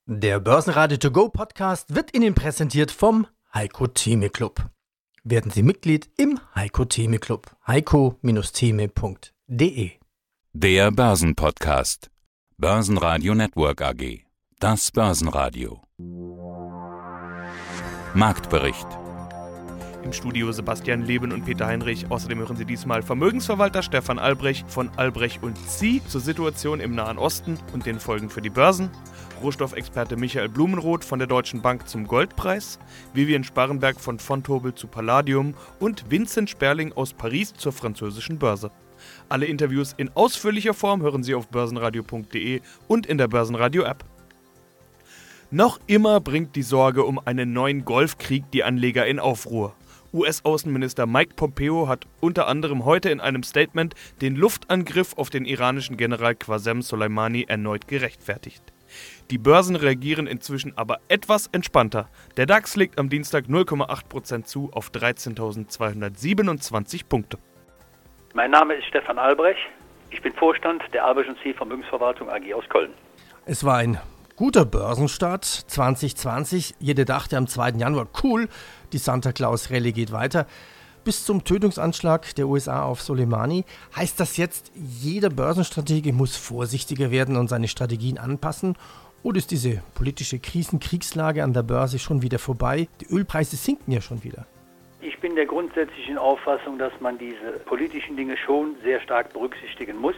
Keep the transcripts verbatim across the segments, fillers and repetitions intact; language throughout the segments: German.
Der Börsenradio To Go Podcast wird Ihnen präsentiert vom Heiko Theme Club. Werden Sie Mitglied im Heiko Theme Club. heiko Theme punkt de. Der Börsenpodcast. Börsenradio Network A G. Das Börsenradio. Marktbericht. Im Studio Sebastian Leben und Peter Heinrich. Außerdem hören Sie diesmal Vermögensverwalter Stefan Albrecht von Albrecht und Sie zur Situation im Nahen Osten und den Folgen für die Börsen. Rohstoffexperte Michael Blumenroth von der Deutschen Bank zum Goldpreis, Vivian Sparrenberg von Vontobel zu Palladium und Vincent Sperling aus Paris zur französischen Börse. Alle Interviews in ausführlicher Form hören Sie auf börsenradio punkt de und in der Börsenradio-App. Noch immer bringt die Sorge um einen neuen Golfkrieg die Anleger in Aufruhr. U S-Außenminister Mike Pompeo hat unter anderem heute in einem Statement den Luftangriff auf den iranischen General Qasem Soleimani erneut gerechtfertigt. Die Börsen reagieren inzwischen aber etwas entspannter. Der DAX legt am Dienstag null Komma acht Prozent zu auf dreizehntausendzweihundertsiebenundzwanzig Punkte. Mein Name ist Stefan Albrecht. Ich bin Vorstand der Albrecht und Sie Vermögensverwaltung A G aus Köln. Es war ein guter Börsenstart zwanzig zwanzig. Jeder dachte am zweiten Januar, cool, die Santa Claus Rallye geht weiter. Bis zum Tötungsanschlag der U S A auf Soleimani. Heißt das jetzt, jeder Börsenstratege muss vorsichtiger werden und seine Strategien anpassen? Oder ist diese politische Krisen-Kriegslage an der Börse schon wieder vorbei? Die Ölpreise sinken ja schon wieder. Ich bin der grundsätzlichen Auffassung, dass man diese politischen Dinge schon sehr stark berücksichtigen muss,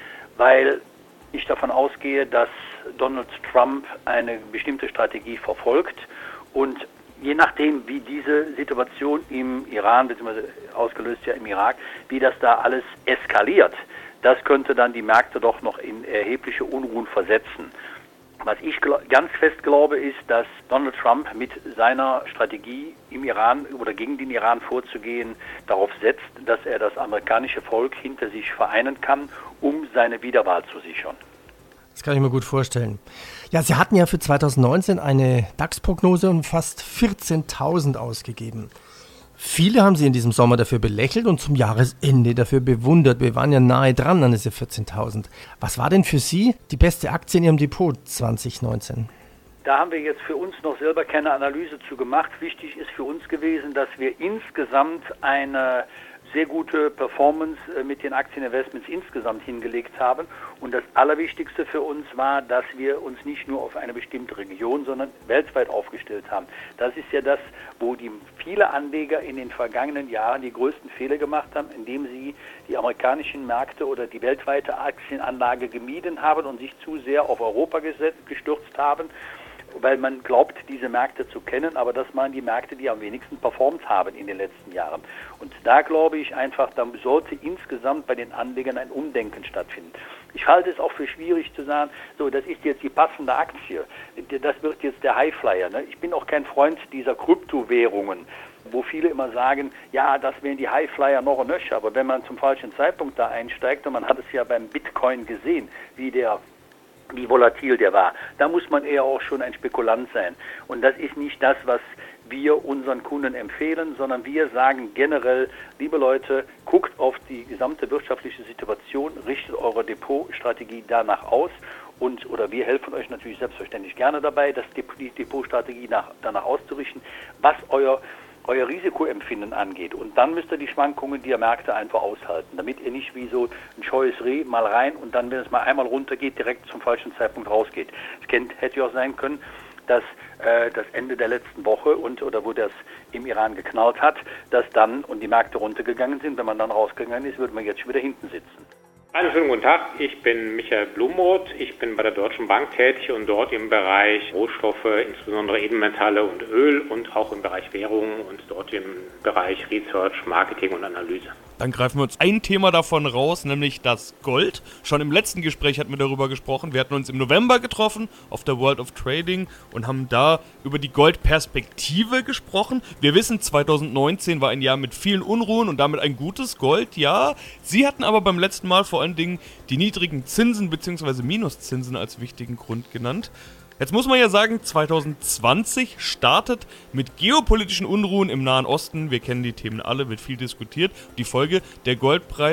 weil ich davon ausgehe, dass Donald Trump eine bestimmte Strategie verfolgt und je nachdem, wie diese Situation im Iran, beziehungsweise ausgelöst ja im Irak, wie das da alles eskaliert, das könnte dann die Märkte doch noch in erhebliche Unruhen versetzen. Was ich gl- ganz fest glaube, ist, dass Donald Trump mit seiner Strategie im Iran oder gegen den Iran vorzugehen darauf setzt, dass er das amerikanische Volk hinter sich vereinen kann, um seine Wiederwahl zu sichern. Das kann ich mir gut vorstellen. Ja, Sie hatten ja für zweitausendneunzehn eine DAX-Prognose um fast vierzehntausend ausgegeben. Viele haben Sie in diesem Sommer dafür belächelt und zum Jahresende dafür bewundert. Wir waren ja nahe dran an diese vierzehntausend. Was war denn für Sie die beste Aktie in Ihrem Depot zwanzig neunzehn? Da haben wir jetzt für uns noch selber keine Analyse zu gemacht. Wichtig ist für uns gewesen, dass wir insgesamt eine sehr gute Performance mit den Aktieninvestments insgesamt hingelegt haben. Und das Allerwichtigste für uns war, dass wir uns nicht nur auf eine bestimmte Region, sondern weltweit aufgestellt haben. Das ist ja das, wo die viele Anleger in den vergangenen Jahren die größten Fehler gemacht haben, indem sie die amerikanischen Märkte oder die weltweite Aktienanlage gemieden haben und sich zu sehr auf Europa gestürzt haben, weil man glaubt, diese Märkte zu kennen, aber das waren die Märkte, die am wenigsten performt haben in den letzten Jahren. Und da glaube ich einfach, da sollte insgesamt bei den Anlegern ein Umdenken stattfinden. Ich halte es auch für schwierig zu sagen, so, das ist jetzt die passende Aktie, das wird jetzt der Highflyer. Ne? Ich bin auch kein Freund dieser Kryptowährungen, wo viele immer sagen, ja, das wären die Highflyer noch und nöcher, aber wenn man zum falschen Zeitpunkt da einsteigt, und man hat es ja beim Bitcoin gesehen, wie der wie volatil der war. Da muss man eher auch schon ein Spekulant sein. Und das ist nicht das, was wir unseren Kunden empfehlen, sondern wir sagen generell, liebe Leute, guckt auf die gesamte wirtschaftliche Situation, richtet eure Depotstrategie danach aus und oder wir helfen euch natürlich selbstverständlich gerne dabei, das die Depotstrategie nach, danach auszurichten, was euer euer Risikoempfinden angeht. Und dann müsst ihr die Schwankungen der Märkte einfach aushalten, damit ihr nicht wie so ein scheues Reh mal rein und dann, wenn es mal einmal runtergeht, direkt zum falschen Zeitpunkt rausgeht. Es hätte ja auch sein können, dass äh, das Ende der letzten Woche und oder wo das im Iran geknallt hat, dass dann und die Märkte runtergegangen sind. Wenn man dann rausgegangen ist, würde man jetzt schon wieder hinten sitzen. Einen schönen guten Tag, ich bin Michael Blumenroth, ich bin bei der Deutschen Bank tätig und dort im Bereich Rohstoffe, insbesondere Edelmetalle und Öl und auch im Bereich Währungen und dort im Bereich Research, Marketing und Analyse. Dann greifen wir uns ein Thema davon raus, nämlich das Gold. Schon im letzten Gespräch hatten wir darüber gesprochen. Wir hatten uns im November getroffen auf der World of Trading und haben da über die Goldperspektive gesprochen. Wir wissen, zweitausendneunzehn war ein Jahr mit vielen Unruhen und damit ein gutes Gold, ja. Sie hatten aber beim letzten Mal vor allen Dingen die niedrigen Zinsen bzw. Minuszinsen als wichtigen Grund genannt. Jetzt muss man ja sagen, zwanzig zwanzig startet mit geopolitischen Unruhen im Nahen Osten. Wir kennen die Themen alle, wird viel diskutiert. Die Folge, der Goldpreis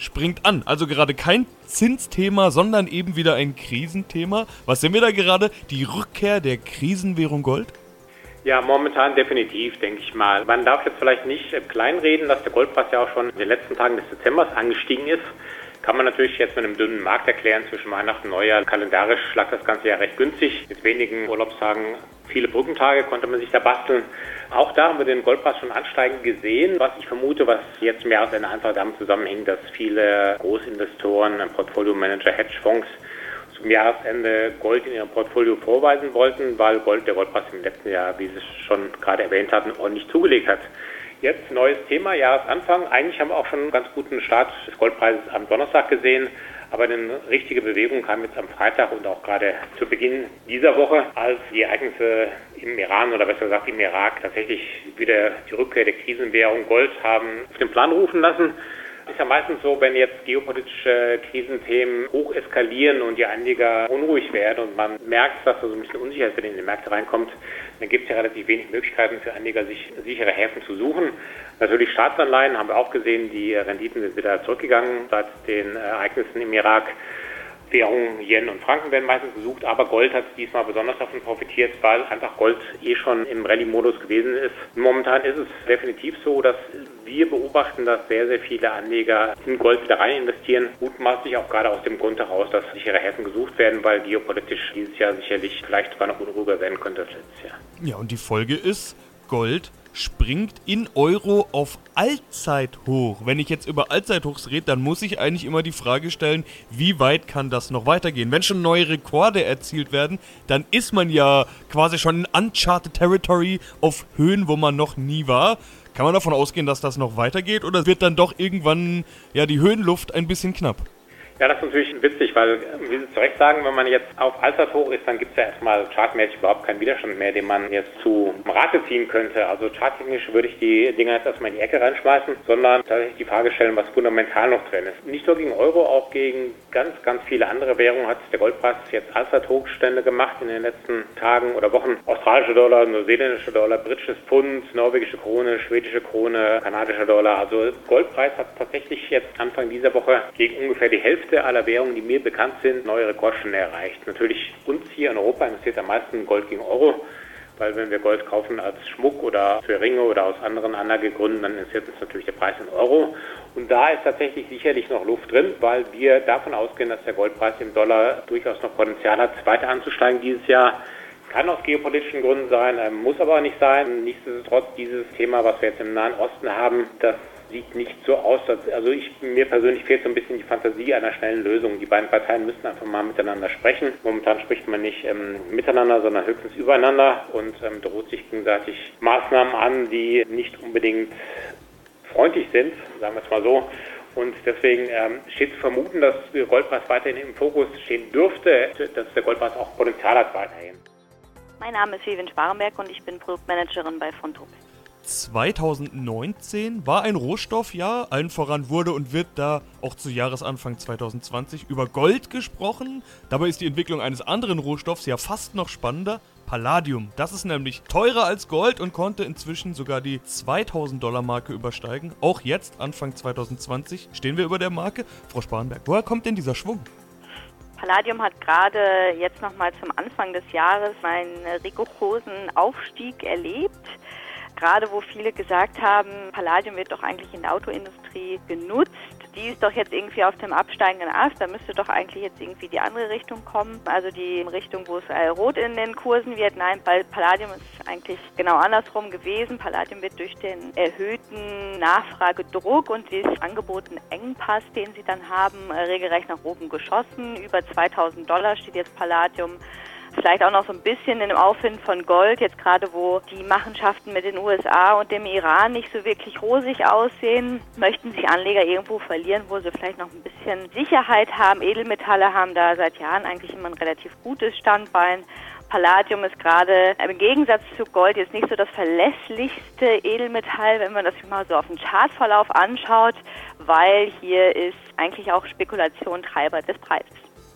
springt an. Also gerade kein Zinsthema, sondern eben wieder ein Krisenthema. Was sehen wir da gerade? Die Rückkehr der Krisenwährung Gold? Ja, momentan definitiv, denke ich mal. Man darf jetzt vielleicht nicht kleinreden, dass der Goldpreis ja auch schon in den letzten Tagen des Dezembers angestiegen ist. Kann man natürlich jetzt mit einem dünnen Markt erklären zwischen Weihnachten und Neujahr. Kalendarisch lag das Ganze ja recht günstig. Mit wenigen Urlaubstagen, viele Brückentage konnte man sich da basteln. Auch da haben wir den Goldpreis schon ansteigen gesehen. Was ich vermute, was jetzt mehr als einfach damit zusammenhängt, dass viele Großinvestoren, Portfolio-Manager, Hedgefonds zum Jahresende Gold in ihrem Portfolio vorweisen wollten, weil Gold, der Goldpreis im letzten Jahr, wie Sie es schon gerade erwähnt hatten, ordentlich zugelegt hat. Jetzt neues Thema, Jahresanfang. Eigentlich haben wir auch schon einen ganz guten Start des Goldpreises am Donnerstag gesehen. Aber eine richtige Bewegung kam jetzt am Freitag und auch gerade zu Beginn dieser Woche, als die Ereignisse im Iran oder besser gesagt im Irak tatsächlich wieder die Rückkehr der Krisenwährung Gold haben auf den Plan rufen lassen. Ist ja meistens so, wenn jetzt geopolitische Krisenthemen hoch eskalieren und die Anleger unruhig werden und man merkt, dass da so ein bisschen Unsicherheit in die Märkte reinkommt, dann gibt es ja relativ wenig Möglichkeiten für Anleger, sich sichere Häfen zu suchen. Natürlich Staatsanleihen haben wir auch gesehen, die Renditen sind wieder zurückgegangen seit den Ereignissen im Irak. Währungen, Yen und Franken werden meistens gesucht, aber Gold hat diesmal besonders davon profitiert, weil einfach Gold eh schon im Rallye-Modus gewesen ist. Momentan ist es definitiv so, dass wir beobachten, dass sehr, sehr viele Anleger in Gold wieder rein investieren. Mutmaßlich auch gerade aus dem Grund heraus, dass sichere Häfen gesucht werden, weil geopolitisch dieses Jahr sicherlich vielleicht sogar noch unruhiger werden könnte als letztes Jahr. Ja, und die Folge ist, Gold springt in Euro auf Allzeithoch. Wenn ich jetzt über Allzeithochs rede, dann muss ich eigentlich immer die Frage stellen, wie weit kann das noch weitergehen? Wenn schon neue Rekorde erzielt werden, dann ist man ja quasi schon in uncharted territory auf Höhen, wo man noch nie war. Kann man davon ausgehen, dass das noch weitergeht oder wird dann doch irgendwann ja die Höhenluft ein bisschen knapp? Ja, das ist natürlich witzig, weil, wie Sie zu Recht sagen, wenn man jetzt auf Allzeithoch ist, dann gibt es ja erstmal chartmäßig überhaupt keinen Widerstand mehr, den man jetzt zu Rate ziehen könnte. Also charttechnisch würde ich die Dinger jetzt erstmal in die Ecke reinschmeißen, sondern tatsächlich die Frage stellen, was fundamental noch drin ist. Nicht nur gegen Euro, auch gegen ganz, ganz viele andere Währungen hat der Goldpreis jetzt Allzeithochstände gemacht in den letzten Tagen oder Wochen. Australische Dollar, neuseeländische Dollar, britisches Pfund, norwegische Krone, schwedische Krone, kanadischer Dollar. Also Goldpreis hat tatsächlich jetzt Anfang dieser Woche gegen ungefähr die Hälfte aller Währungen, die mir bekannt sind, neue Rekordstände erreicht. Natürlich uns hier in Europa investiert am meisten Gold gegen Euro, weil wenn wir Gold kaufen als Schmuck oder für Ringe oder aus anderen Anlagegründen, dann interessiert uns natürlich der Preis in Euro. Und da ist tatsächlich sicherlich noch Luft drin, weil wir davon ausgehen, dass der Goldpreis im Dollar durchaus noch Potenzial hat, weiter anzusteigen dieses Jahr. Kann aus geopolitischen Gründen sein, muss aber nicht sein. Nichtsdestotrotz dieses Thema, was wir jetzt im Nahen Osten haben, das sieht nicht so aus, dass, also ich, mir persönlich fehlt so ein bisschen die Fantasie einer schnellen Lösung. Die beiden Parteien müssen einfach mal miteinander sprechen. Momentan spricht man nicht ähm, miteinander, sondern höchstens übereinander und ähm, droht sich gegenseitig Maßnahmen an, die nicht unbedingt freundlich sind, sagen wir es mal so. Und deswegen ähm, steht zu vermuten, dass der Goldpreis weiterhin im Fokus stehen dürfte, dass der Goldpreis auch Potenzial hat weiterhin. Mein Name ist Vivian Sparenberg und ich bin Produktmanagerin bei Vontobel. zweitausendneunzehn war ein Rohstoffjahr, allen voran wurde und wird da auch zu Jahresanfang zweitausendzwanzig über Gold gesprochen. Dabei ist die Entwicklung eines anderen Rohstoffs ja fast noch spannender, Palladium. Das ist nämlich teurer als Gold und konnte inzwischen sogar die zweitausend Dollar Marke übersteigen. Auch jetzt, Anfang zweitausendzwanzig, stehen wir über der Marke. Frau Sparenberg, woher kommt denn dieser Schwung? Palladium hat gerade jetzt nochmal zum Anfang des Jahres einen rigorosen Aufstieg erlebt. Gerade wo viele gesagt haben, Palladium wird doch eigentlich in der Autoindustrie genutzt. Die ist doch jetzt irgendwie auf dem absteigenden Ast, da müsste doch eigentlich jetzt irgendwie die andere Richtung kommen. Also die Richtung, wo es äh, rot in den Kursen wird. Nein, weil Palladium ist eigentlich genau andersrum gewesen. Palladium wird durch den erhöhten Nachfragedruck und den Angebotenengpass, den sie dann haben, äh, regelrecht nach oben geschossen. Über zweitausend Dollar steht jetzt Palladium. Vielleicht auch noch so ein bisschen in dem Aufwind von Gold, jetzt gerade wo die Machenschaften mit den U S A und dem Iran nicht so wirklich rosig aussehen, möchten sich Anleger irgendwo verlieren, wo sie vielleicht noch ein bisschen Sicherheit haben. Edelmetalle haben da seit Jahren eigentlich immer ein relativ gutes Standbein. Palladium ist gerade im Gegensatz zu Gold jetzt nicht so das verlässlichste Edelmetall, wenn man das mal so auf den Chartverlauf anschaut, weil hier ist eigentlich auch Spekulation Treiber des Preises.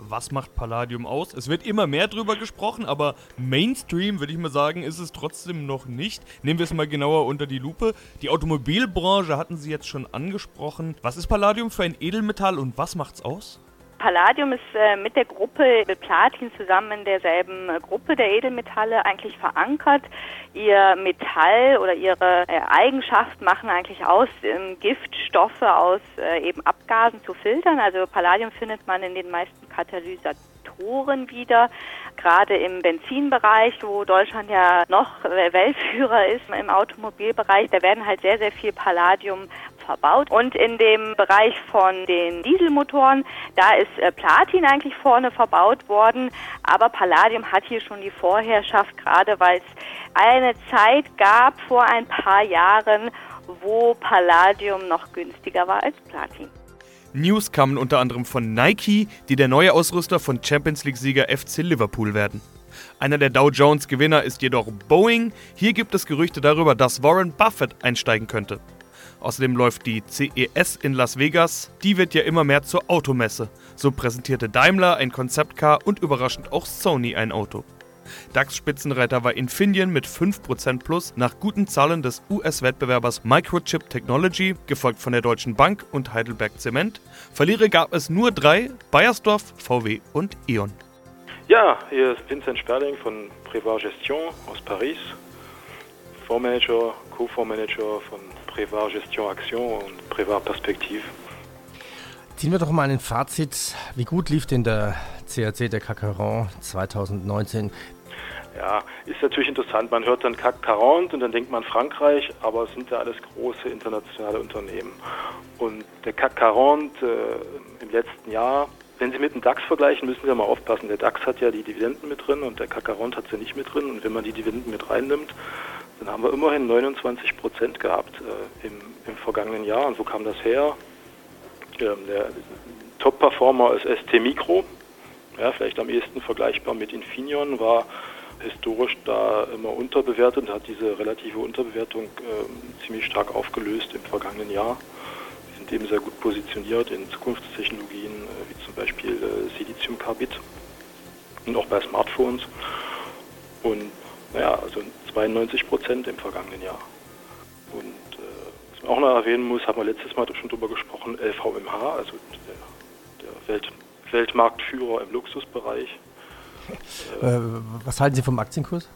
was macht Palladium aus? Es wird immer mehr drüber gesprochen, aber Mainstream, würde ich mal sagen, ist es trotzdem noch nicht. Nehmen wir es mal genauer unter die Lupe. Die Automobilbranche hatten Sie jetzt schon angesprochen. Was ist Palladium für ein Edelmetall und was macht's aus? Palladium ist äh, mit der Gruppe mit Platin zusammen in derselben äh, Gruppe der Edelmetalle eigentlich verankert. Ihr Metall oder ihre äh, Eigenschaft machen eigentlich aus, ähm, Giftstoffe aus äh, eben Abgasen zu filtern. Also Palladium findet man in den meisten Katalysatoren wieder. Gerade im Benzinbereich, wo Deutschland ja noch äh, Weltführer ist im Automobilbereich, da werden halt sehr, sehr viel Palladium verbaut. Und in dem Bereich von den Dieselmotoren, da ist äh, Platin eigentlich vorne verbaut worden, aber Palladium hat hier schon die Vorherrschaft, gerade weil es eine Zeit gab vor ein paar Jahren, wo Palladium noch günstiger war als Platin. News kamen unter anderem von Nike, die der neue Ausrüster von Champions League-Sieger F C Liverpool werden. Einer der Dow Jones-Gewinner ist jedoch Boeing. Hier gibt es Gerüchte darüber, dass Warren Buffett einsteigen könnte. Außerdem läuft die C E S in Las Vegas. Die wird ja immer mehr zur Automesse. So präsentierte Daimler ein Konzeptcar und überraschend auch Sony ein Auto. DAX-Spitzenreiter war Infineon mit fünf Prozent plus nach guten Zahlen des U S-Wettbewerbers Microchip Technology, gefolgt von der Deutschen Bank und Heidelberg Zement. Verlierer gab es nur drei: Bayersdorf, V W und E.ON. Ja, hier ist Vincent Sperling von Prévart Gestion aus Paris, Fondsmanager, Co-Fondsmanager von Prévart Gestion Action und Prévart Perspektive. Ziehen wir doch mal ein Fazit. Wie gut lief denn der C A C, der C A C quarante zwanzig neunzehn? Ja, ist natürlich interessant. Man hört dann C A C quarante und dann denkt man Frankreich, aber es sind ja alles große internationale Unternehmen. Und der C A C quarante äh, im letzten Jahr, wenn Sie mit dem DAX vergleichen, müssen Sie ja mal aufpassen. Der DAX hat ja die Dividenden mit drin und der C A C quarante hat sie nicht mit drin. Und wenn man die Dividenden mit reinnimmt, dann haben wir immerhin neunundzwanzig Prozent gehabt äh, im, im vergangenen Jahr. Und wo kam das her? Ähm, der Top-Performer ist S T Micro, ja, vielleicht am ehesten vergleichbar mit Infineon, war historisch da immer unterbewertet und hat diese relative Unterbewertung äh, ziemlich stark aufgelöst im vergangenen Jahr. Sie sind eben sehr gut positioniert in Zukunftstechnologien, äh, wie zum Beispiel äh, Siliziumkarbid und auch bei Smartphones. Und naja, also zweiundneunzig Prozent im vergangenen Jahr. Und äh, was man auch noch erwähnen muss, haben wir letztes Mal schon drüber gesprochen, L V M H, also der, der Welt, Weltmarktführer im Luxusbereich. Äh, was halten Sie vom Aktienkurs?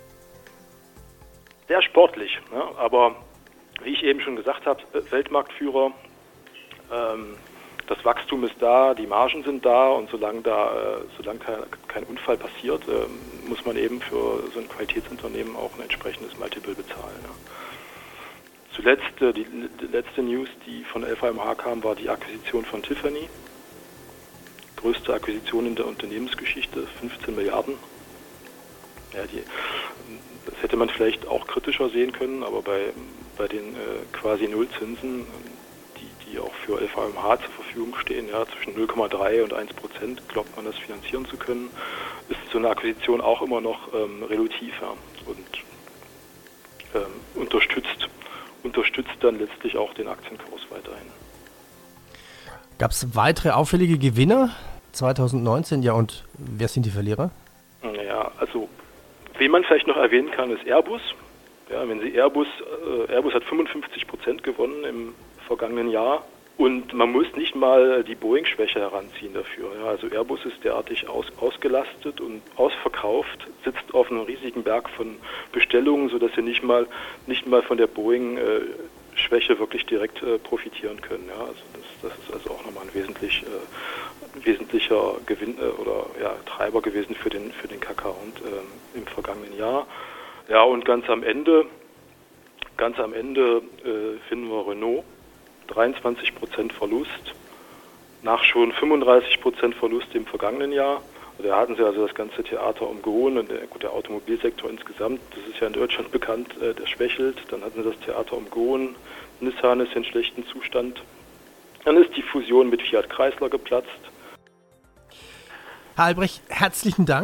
Sehr sportlich, ne? Aber wie ich eben schon gesagt habe, Weltmarktführer, ähm, das Wachstum ist da, die Margen sind da und solange da, äh, solange kein, kein Unfall passiert, äh, muss man eben für so ein Qualitätsunternehmen auch ein entsprechendes Multiple bezahlen. Ja. Zuletzt, äh, die, die letzte News, die von L V M H kam, war die Akquisition von Tiffany. Größte Akquisition in der Unternehmensgeschichte, fünfzehn Milliarden. Ja, die, das hätte man vielleicht auch kritischer sehen können, aber bei, bei den äh, quasi Nullzinsen, die, die auch für L V M H zur Verfügung stehen, ja, zwischen null Komma drei und eins Prozent, glaubt man das finanzieren zu können, ist so eine Akquisition auch immer noch ähm, relativ, ja, und ähm, unterstützt, unterstützt dann letztlich auch den Aktienkurs weiterhin. Gab es weitere auffällige Gewinner zwanzig neunzehn? Ja, und wer sind die Verlierer? Naja, also wen man vielleicht noch erwähnen kann, ist Airbus. Ja, wenn Sie Airbus, äh, Airbus hat fünfundfünfzig Prozent gewonnen im vergangenen Jahr und man muss nicht mal die Boeing-Schwäche heranziehen dafür. Ja, also Airbus ist derartig aus, ausgelastet und ausverkauft, sitzt auf einem riesigen Berg von Bestellungen, sodass sie nicht mal nicht mal von der Boeing-Schwäche äh, wirklich direkt äh, profitieren können. Ja, also das, das ist also auch nochmal ein wesentlich äh, wesentlicher Gewinn äh, oder ja, Treiber gewesen für den für den C A C quarante äh, im vergangenen Jahr. Ja, und ganz am Ende, ganz am Ende äh, finden wir Renault, dreiundzwanzig Prozent Verlust, nach schon fünfunddreißig Prozent Verlust im vergangenen Jahr. Da hatten sie also das ganze Theater um Gehon und der, gut, der Automobilsektor insgesamt, das ist ja in Deutschland bekannt, äh, der schwächelt. Dann hatten sie das Theater um Gehon, Nissan ist in schlechtem Zustand. Dann ist die Fusion mit Fiat Chrysler geplatzt. Herr Albrecht, herzlichen Dank.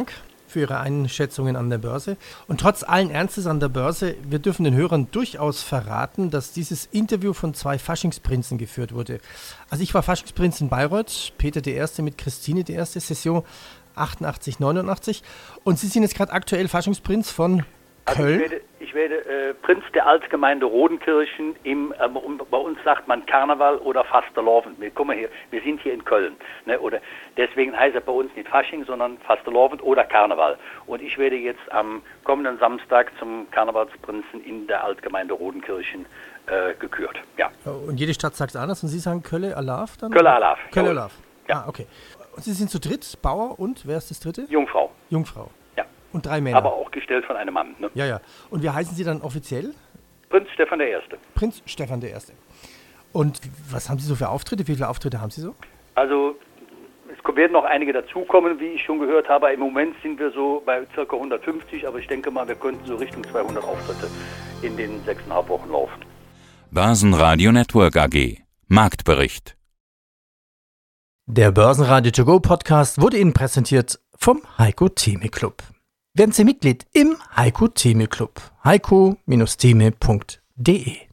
für Ihre Einschätzungen an der Börse. Und trotz allen Ernstes an der Börse, wir dürfen den Hörern durchaus verraten, dass dieses Interview von zwei Faschingsprinzen geführt wurde. Also ich war Faschingsprinz in Bayreuth, Peter der Erste mit Christine der Erste, Session achtundachtzig, neunundachtzig. Und Sie sind jetzt gerade aktuell Faschingsprinz von Also Köln. ich werde, ich werde äh, Prinz der Altgemeinde Rodenkirchen. Im, äh, bei uns sagt man Karneval oder Fastelovend. Wir, guck mal hier, wir sind hier in Köln. Ne, oder deswegen heißt er bei uns nicht Fasching, sondern Fastelovend oder Karneval. Und ich werde jetzt am kommenden Samstag zum Karnevalsprinzen in der Altgemeinde Rodenkirchen äh, gekürt. Ja. Und jede Stadt sagt es anders und Sie sagen Kölle Alaf dann? Kölle Alaf. Kölle Alaf. Ja. Ah, okay. Und Sie sind zu dritt, Bauer und, wer ist das dritte? Jungfrau. Jungfrau. Ja. Und drei Männer. Aber auch gestellt von einem Mann. Ne? Ja, ja. Und wie heißen Sie dann offiziell? Prinz Stefan der Erste. Prinz Stefan der Erste. Und was haben Sie so für Auftritte? Wie viele Auftritte haben Sie so? Also es werden noch einige dazukommen, wie ich schon gehört habe. Im Moment sind wir so bei ca. hundertfünfzig, aber ich denke mal, wir könnten so Richtung zweihundert Auftritte in den sechseinhalb Wochen laufen. Börsenradio Network A G. Marktbericht. Der Börsenradio To Go Podcast wurde Ihnen präsentiert vom Heiko Theme Club. Werden Sie Mitglied im Heiko Theme Club. heiko Theme punkt de